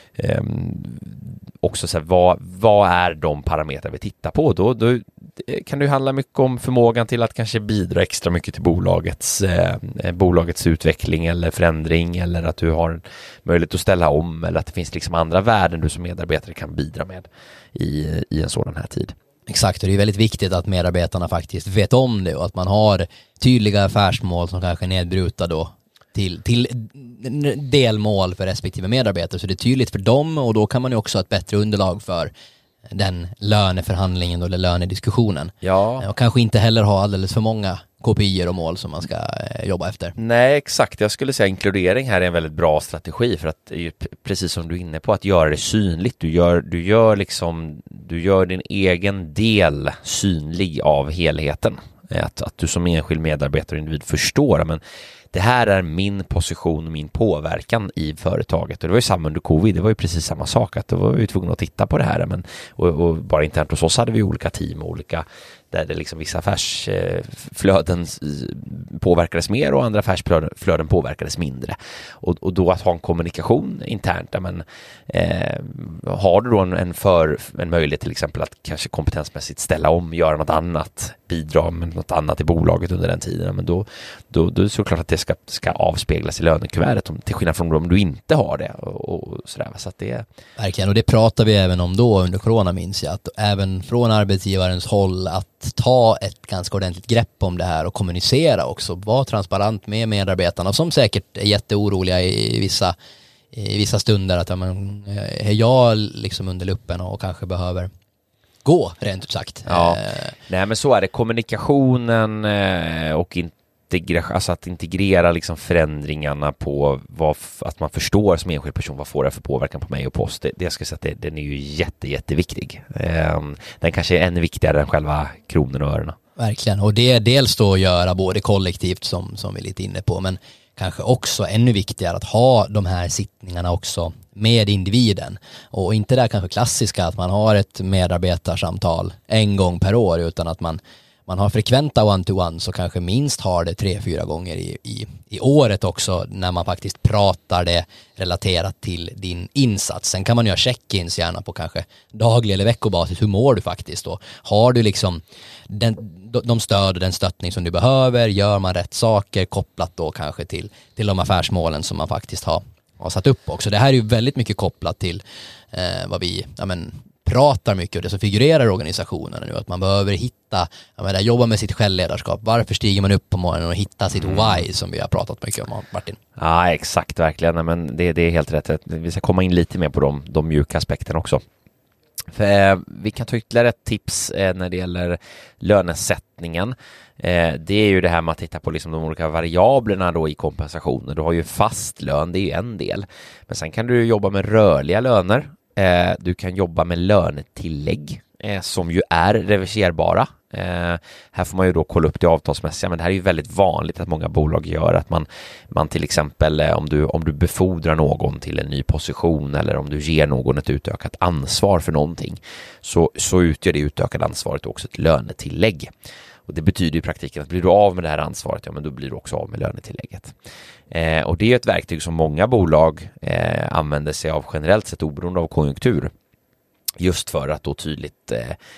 också så här, vad är de parametrar vi tittar på? Då kan det ju handla mycket om förmågan till att kanske bidra extra mycket till bolagets utveckling eller förändring, eller att du har möjlighet att ställa om, eller att det finns liksom andra värden du som medarbetare kan bidra med i en sådan här tid. Exakt, och det är väldigt viktigt att medarbetarna faktiskt vet om det och att man har tydliga affärsmål som kanske är nedbrutna då till delmål för respektive medarbetare, så det är tydligt för dem, och då kan man ju också ha ett bättre underlag för den löneförhandlingen eller lönediskussionen. Ja. Och kanske inte heller ha alldeles för många kopior och mål som man ska jobba efter. Nej, exakt. Jag skulle säga inkludering här är en väldigt bra strategi, för att precis som du är inne på, att göra det synligt. Du gör din egen del synlig av helheten. Att du som enskild medarbetare och individ förstår, men det här är min position och min påverkan i företaget. Och det var ju samma under covid, det var ju precis samma sak, att då var vi tvungna att titta på det här. Och bara internt hos oss hade vi olika team och olika, där det liksom vissa affärsflöden påverkades mer och andra affärsflöden påverkades mindre. Och då att ha en kommunikation internt, har du då en möjlighet till exempel att kanske kompetensmässigt ställa om, göra något annat, bidra med något annat i bolaget under den tiden, men då är det såklart att det ska avspeglas i lönekuvertet, till skillnad från om du inte har det och sådär. Så att det... Verkligen, och det pratar vi även om då under corona, minns jag, att även från arbetsgivarens håll att ta ett ganska ordentligt grepp om det här och kommunicera också, vara transparent med medarbetarna som säkert är jätteoroliga i vissa stunder, att är jag liksom under luppen och kanske behöver gå, rent ut sagt. Ja. Nej, men så är det. Kommunikationen och alltså att integrera liksom förändringarna på att man förstår som enskild person vad får det för påverkan på mig och på oss. Det ska jag säga att den är ju jätteviktig. Den kanske är ännu viktigare än själva kronorna och örena. Verkligen, och det är dels då att göra både kollektivt som vi är lite inne på, men kanske också ännu viktigare att ha de här sittningarna också med individen, och inte det kanske klassiska att man har ett medarbetarsamtal en gång per år, utan att man har frekventa one-to-one, så kanske minst har det 3-4 gånger i året också, när man faktiskt pratar det relaterat till din insats. Sen kan man göra check-ins gärna på kanske daglig eller veckobasis. Hur mår du faktiskt då? Har du liksom de stöd och den stöttning som du behöver? Gör man rätt saker kopplat då kanske till de affärsmålen som man faktiskt har satt upp också? Det här är ju väldigt mycket kopplat till vad vi pratar mycket, och det som figurerar i organisationen nu, att man behöver jobba med sitt självledarskap. Varför stiger man upp på morgonen och hittar sitt why, som vi har pratat mycket om, Martin? Ja, exakt, verkligen. Men det är helt rätt. Vi ska komma in lite mer på de mjuka aspekterna också. För, vi kan ta ytterligare ett tips när det gäller lönesättningen. Det är ju det här med att titta på liksom de olika variablerna då i kompensationen. Du har ju fast lön, det är ju en del. Men sen kan du jobba med rörliga löner. Du kan jobba med lönetillägg som ju är reverserbara. Här får man ju då kolla upp det avtalsmässiga, men det här är ju väldigt vanligt att många bolag gör, att man till exempel om du befordrar någon till en ny position, eller om du ger någon ett utökat ansvar för någonting, så utgör det utökade ansvaret också ett lönetillägg. Och det betyder i praktiken att blir du av med det här ansvaret, men då blir du också av med lönetillägget. Och det är ett verktyg som många bolag använder sig av generellt sett oberoende av konjunktur. Just för att då tydligt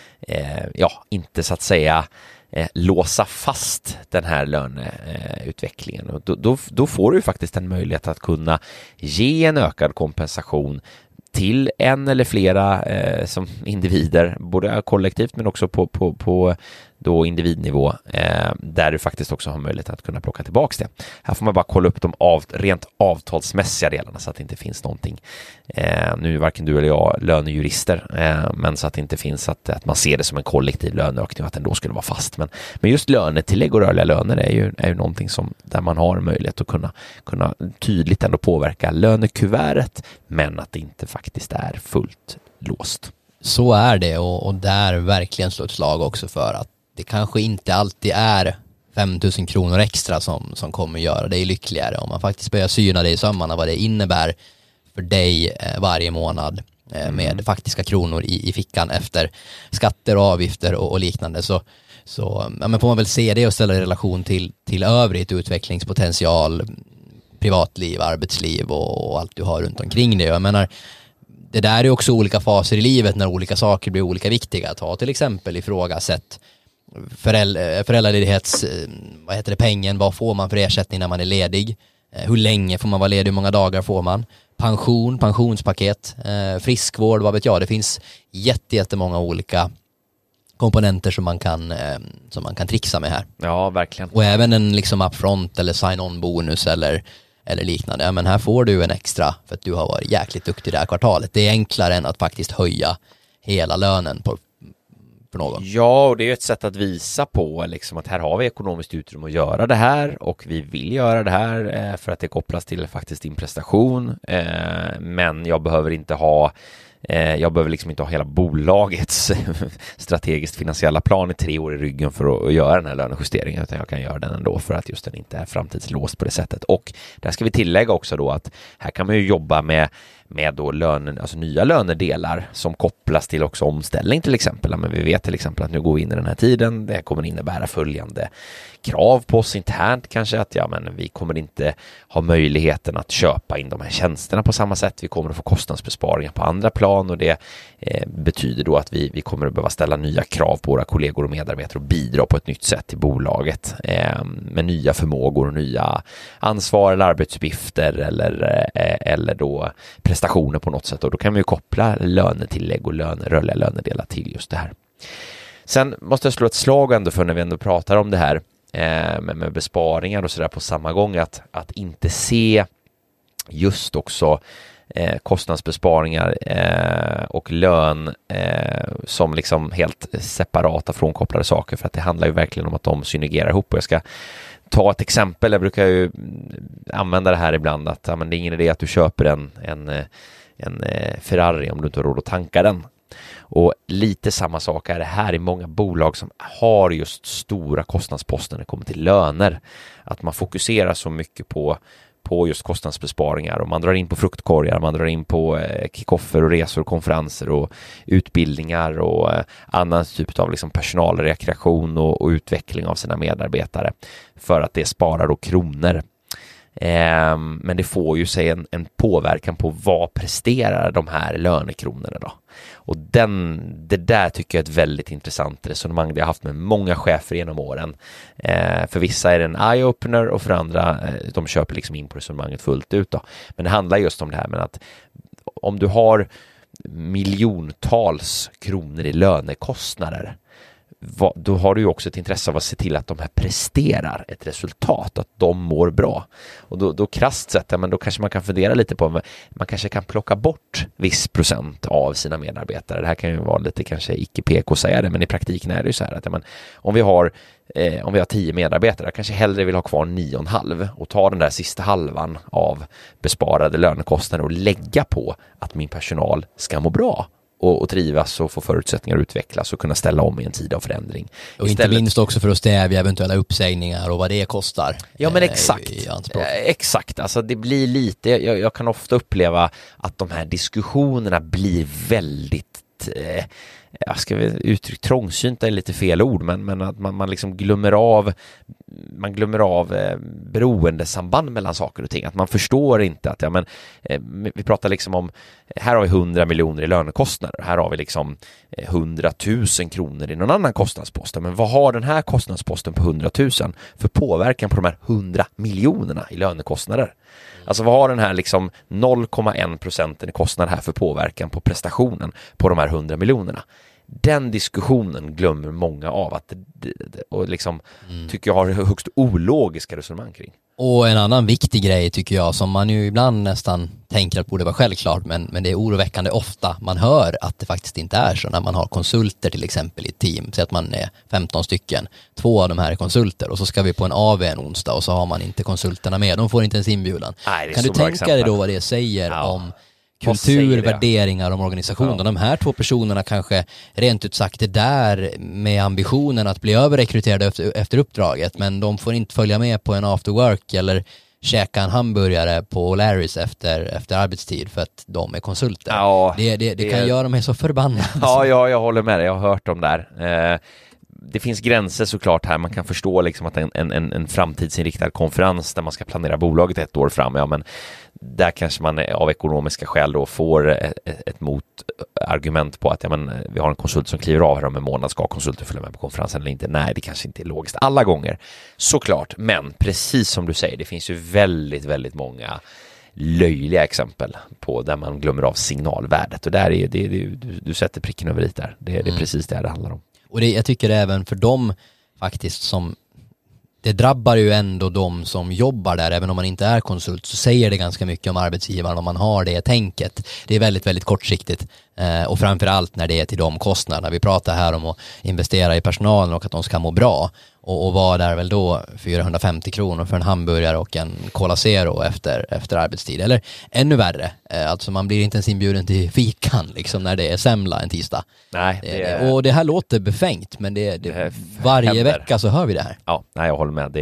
inte så att säga låsa fast den här löneutvecklingen. Och då får du faktiskt en möjlighet att kunna ge en ökad kompensation till en eller flera som individer, både kollektivt men också på då individnivå, där du faktiskt också har möjlighet att kunna plocka tillbaka det. Här får man bara kolla upp de rent avtalsmässiga delarna så att det inte finns någonting. Nu är varken du eller jag lönejurister, men så att det inte finns att man ser det som en kollektiv löneökning och att den då skulle vara fast. Men just lönetillägg och rörliga löner är ju någonting som, där man har möjlighet att kunna tydligt ändå påverka lönekuvertet, men att det inte faktiskt är fullt låst. Så är det, och där verkligen slår ett slag också för att det kanske inte alltid är 5 000 kronor extra som kommer göra dig lyckligare. Om man faktiskt börjar syna det i sömmarna vad det innebär för dig varje månad med faktiska kronor i fickan efter skatter och avgifter och liknande, så ja, men får man väl se det och ställa i relation till övrigt utvecklingspotential, privatliv, arbetsliv och allt du har runt omkring det. Jag menar, det där är också olika faser i livet när olika saker blir olika viktiga. Ta till exempel ifrågasätt föräldraledighets, pengen, vad får man för ersättning när man är ledig? Hur länge får man vara ledig, hur många dagar får man? Pensionspaket, friskvård, vad vet jag. Det finns jättemånga olika komponenter som man kan trixa med här. Ja, verkligen. Och även en liksom upfront eller sign-on-bonus eller liknande. Ja, men här får du en extra för att du har varit jäkligt duktig det här kvartalet. Det är enklare än att faktiskt höja hela lönen för någon. Ja, och det är ett sätt att visa på liksom att här har vi ekonomiskt utrymme att göra det här och vi vill göra det här för att det kopplas till faktiskt din prestation. Men jag behöver liksom inte ha hela bolagets strategiskt finansiella plan i 3 år i ryggen för att göra den här lönejusteringen, utan jag kan göra den ändå för att just den inte är framtidslåst på det sättet. Och där ska vi tillägga också då att här kan man ju jobba med då lönen, alltså nya lönedelar som kopplas till också omställning till exempel. Men vi vet till exempel att nu går vi in i den här tiden, det kommer innebära följande krav på oss internt kanske, att vi kommer inte ha möjligheten att köpa in de här tjänsterna på samma sätt. Vi kommer att få kostnadsbesparingar på andra plan och det betyder då att vi kommer att behöva ställa nya krav på våra kollegor och medarbetare och bidra på ett nytt sätt till bolaget med nya förmågor och nya ansvar eller arbetsuppgifter eller då prestationer på något sätt, och då kan vi ju koppla lönetillägg och rörliga lönedelar till just det här. Sen måste jag slå ett slag ändå för när vi ändå pratar om det här med besparingar och sådär på samma gång, att inte se just också kostnadsbesparingar och lön som liksom helt separata frånkopplade saker, för att det handlar ju verkligen om att de synergerar ihop. Och jag ska ta ett exempel. Jag brukar ju använda det här ibland, att det är ingen idé att du köper en Ferrari om du inte har råd att tanka den. Och lite samma sak är det här i många bolag som har just stora kostnadsposter när det kommer till löner. Att man fokuserar så mycket på just kostnadsbesparingar, och man drar in på fruktkorgar, man drar in på kickoffer och resor och konferenser och utbildningar och annan typ av liksom personalrekreation och utveckling av sina medarbetare, för att det sparar då kronor. Men det får ju sig en påverkan på vad presterar de här lönekronorna då. Och det där tycker jag är ett väldigt intressant resonemang det jag har haft med många chefer genom åren. För vissa är det en eye-opener och för andra, de köper liksom in på resonemanget fullt ut då. Men det handlar just om det här med att om du har miljontals kronor i lönekostnader, då har du ju också ett intresse av att se till att de här presterar ett resultat, att de mår bra. Och då krasst sett, men då kanske man kan fundera lite på, man kanske kan plocka bort viss procent av sina medarbetare. Det här kan ju vara lite kanske icke-PK att säga det, men i praktiken är det ju så här att om vi har 10 medarbetare, kanske hellre vill ha kvar 9,5 och ta den där sista halvan av besparade lönekostnader och lägga på att min personal ska må bra och trivas och få förutsättningar att utvecklas och kunna ställa om i en tid av förändring. Och inte minst också för att stävja eventuella uppsägningar och vad det kostar. Ja, men exakt. Exakt, alltså det blir lite, jag kan ofta uppleva att de här diskussionerna blir väldigt jag ska väl uttrycka trångsynta är lite fel ord, men att man liksom glömmer av beroendesamband mellan saker och ting. Att man förstår inte att vi pratar liksom om, här har vi 100 miljoner i lönekostnader, här har vi liksom 100 000 kronor i någon annan kostnadspost. Men vad har den här kostnadsposten på 100 000 för påverkan på de här 100 miljonerna i lönekostnader? Alltså vad har den här liksom 0,1% i kostnad här för påverkan på prestationen på de här 100 miljonerna? Den diskussionen glömmer många av och liksom tycker jag har högst ologiska resonemang kring. Och en annan viktig grej tycker jag, som man ju ibland nästan tänker att borde vara självklart, men det är oroväckande ofta man hör att det faktiskt inte är så när man har konsulter till exempel i ett team. Så att man är 15 stycken, 2 av de här är konsulter och så ska vi på en AV en onsdag och så har man inte konsulterna med, de får inte ens inbjudan. Kan du tänka dig då vad det säger om kultur, värderingar, om organisationen? De här 2 personerna kanske rent ut sagt är där med ambitionen att bli överrekryterade efter uppdraget, men de får inte följa med på en after work eller käka en hamburgare på Larrys efter arbetstid för att de är konsulter. Ja, det kan göra mig så förbannad. Ja, jag håller med dig. Jag har hört dem där. Det finns gränser såklart här. Man kan förstå liksom att en framtidsinriktad konferens där man ska planera bolaget 1 år fram, men där kanske man av ekonomiska skäl då får ett motargument på att vi har en konsult som kliver av här om en månad, ska konsulten följa med på konferensen eller inte? Nej, det kanske inte är logiskt alla gånger, såklart. Men precis som du säger, det finns ju väldigt, väldigt många löjliga exempel på där man glömmer av signalvärdet, och där är du sätter pricken över där. Det är precis det handlar om. Och jag tycker även för dem faktiskt som det drabbar ju ändå de som jobbar där, även om man inte är konsult, så säger det ganska mycket om arbetsgivaren om man har det tänket. Det är väldigt, väldigt kortsiktigt och framförallt när det är till de kostnaderna. Vi pratar här om att investera i personalen och att de ska må bra och vara där väl då 450 kronor för en hamburgare och en Cola Zero efter arbetstid. Eller ännu värre, alltså man blir inte ens inbjuden till fikan liksom när det är semla en tisdag. Nej, och det här låter befängt, men varje vecka så hör vi det här. Ja, jag håller med.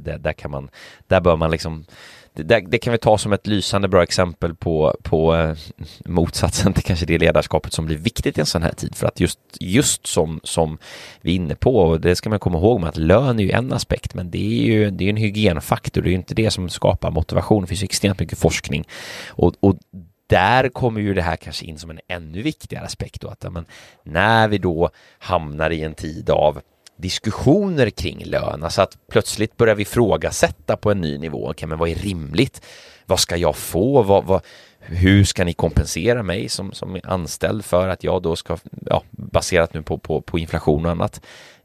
Där bör man liksom... Det kan vi ta som ett lysande bra exempel på motsatsen till kanske det ledarskapet som blir viktigt i en sån här tid. För att just som vi är inne på, och det ska man komma ihåg med att lön är ju en aspekt, men det är en hygienfaktor. Det är ju inte det som skapar motivation. Det finns ju extremt mycket forskning. Och där kommer ju det här kanske in som en ännu viktigare aspekt. Då, att när vi då hamnar i en tid av diskussioner kring lön, alltså att plötsligt börjar vi frågasätta på en ny nivå. Men vad är rimligt? Vad ska jag få? Hur ska ni kompensera mig som anställd för att jag då ska, baserat nu på inflation och annat.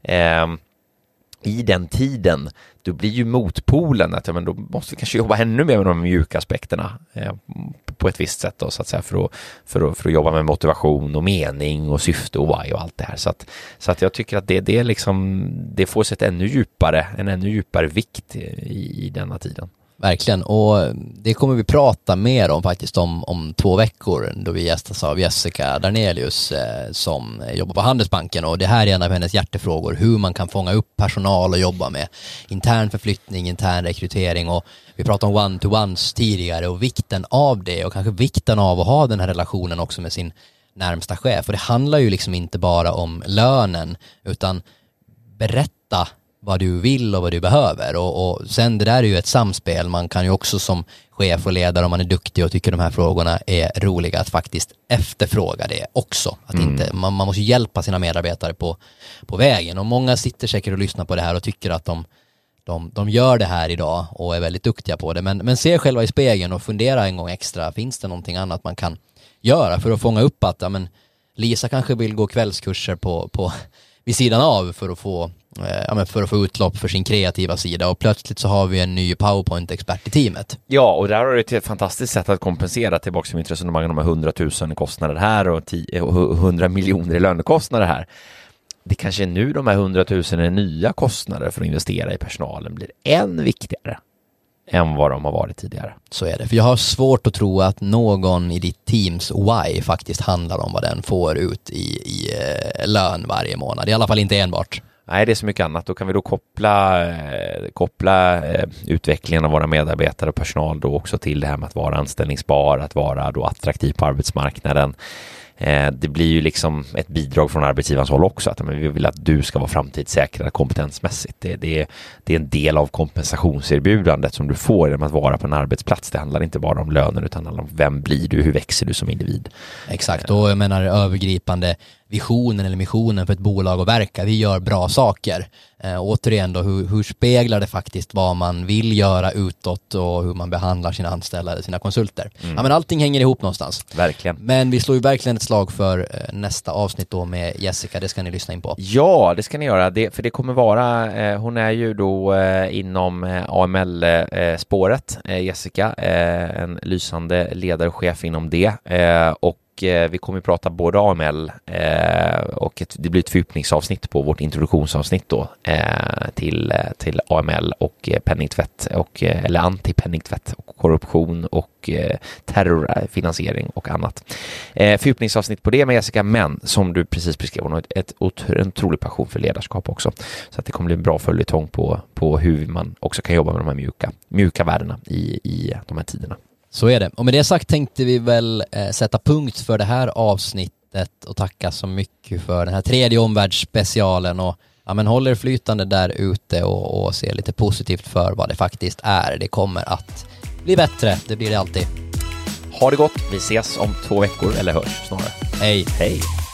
I den tiden, då blir ju motpolen att då måste vi kanske jobba ännu mer med de mjuka aspekterna på ett visst sätt då, så att säga, för att jobba med motivation och mening och syfte och why och allt det här. Så att jag tycker att det liksom, det får sig en ännu djupare vikt i denna tiden. Verkligen, och det kommer vi prata mer om faktiskt om 2 veckor då vi gästas av Jessica Darnelius som jobbar på Handelsbanken, och det här är en av hennes hjärtefrågor, hur man kan fånga upp personal och jobba med intern förflyttning, intern rekrytering, och vi pratade om one-to-ones tidigare och vikten av det och kanske vikten av att ha den här relationen också med sin närmsta chef, och det handlar ju liksom inte bara om lönen utan berätta vad du vill och vad du behöver, och sen det där är ju ett samspel. Man kan ju också som chef och ledare, om man är duktig och tycker de här frågorna är roliga, att faktiskt efterfråga det också. Att inte, man måste hjälpa sina medarbetare på vägen, och många sitter säkert och lyssnar på det här och tycker att de gör det här idag och är väldigt duktiga på det, men se själva i spegeln och fundera en gång extra, finns det någonting annat man kan göra för att fånga upp att Lisa kanske vill gå kvällskurser på vid sidan av för att få utlopp för sin kreativa sida, och plötsligt så har vi en ny PowerPoint-expert i teamet. Ja, och där har du ett fantastiskt sätt att kompensera, tillbaka till mitt resonemang om 100 000 kostnader här och 100 miljoner i lönekostnader här. Det kanske är nu de här 100 000 är nya kostnader för att investera i personalen blir än viktigare än vad de har varit tidigare. Så är det, för jag har svårt att tro att någon i ditt teams why faktiskt handlar om vad den får ut i lön varje månad, i alla fall inte enbart. Nej, det är så mycket annat. Då kan vi då koppla utvecklingen av våra medarbetare och personal då också till det här med att vara anställningsbar, att vara då attraktiv på arbetsmarknaden. Det blir ju liksom ett bidrag från arbetsgivarens håll också, att vi vill att du ska vara framtidssäkrad kompetensmässigt. Det är en del av kompensationserbjudandet som du får genom att vara på en arbetsplats. Det handlar inte bara om lönen utan det handlar om vem blir du, hur växer du som individ. Exakt, och jag menar övergripande visionen eller missionen för ett bolag att verka. Vi gör bra saker. Återigen då, hur speglar det faktiskt vad man vill göra utåt och hur man behandlar sina anställda eller sina konsulter. Ja, men allting hänger ihop någonstans. Verkligen. Men vi slår ju verkligen ett slag för nästa avsnitt då med Jessica. Det ska ni lyssna in på. Ja, det ska ni göra. För det kommer vara, hon är ju då inom AML-spåret, Jessica, en lysande ledare och chef inom det. Och vi kommer att prata både AML och det blir ett fördjupningsavsnitt på vårt introduktionsavsnitt då till AML och penningtvätt eller antipenningtvätt och korruption och terrorfinansiering och annat. Fördjupningsavsnitt på det med Jessica, men som du precis beskrev, hon har en otrolig passion för ledarskap också. Så att det kommer bli en bra följetong på hur man också kan jobba med de här mjuka värdena i de här tiderna. Så är det. Och med det sagt tänkte vi väl sätta punkt för det här avsnittet och tacka så mycket för den här 3:e omvärldsspecialen och men håll er flytande där ute och se lite positivt för vad det faktiskt är. Det kommer att bli bättre, det blir det alltid. Ha det gott, vi ses om 2 veckor eller hörs snarare. Hej. Hej.